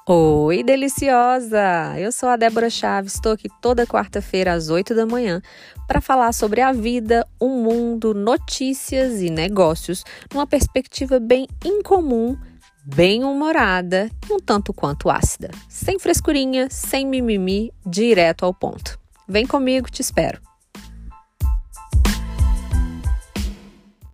Oi, deliciosa! Eu sou a Débora Chaves, estou aqui toda quarta-feira às 8 da manhã para falar sobre a vida, o mundo, notícias e negócios numa perspectiva bem incomum, bem humorada e um tanto quanto ácida. Sem frescurinha, sem mimimi, direto ao ponto. Vem comigo, te espero!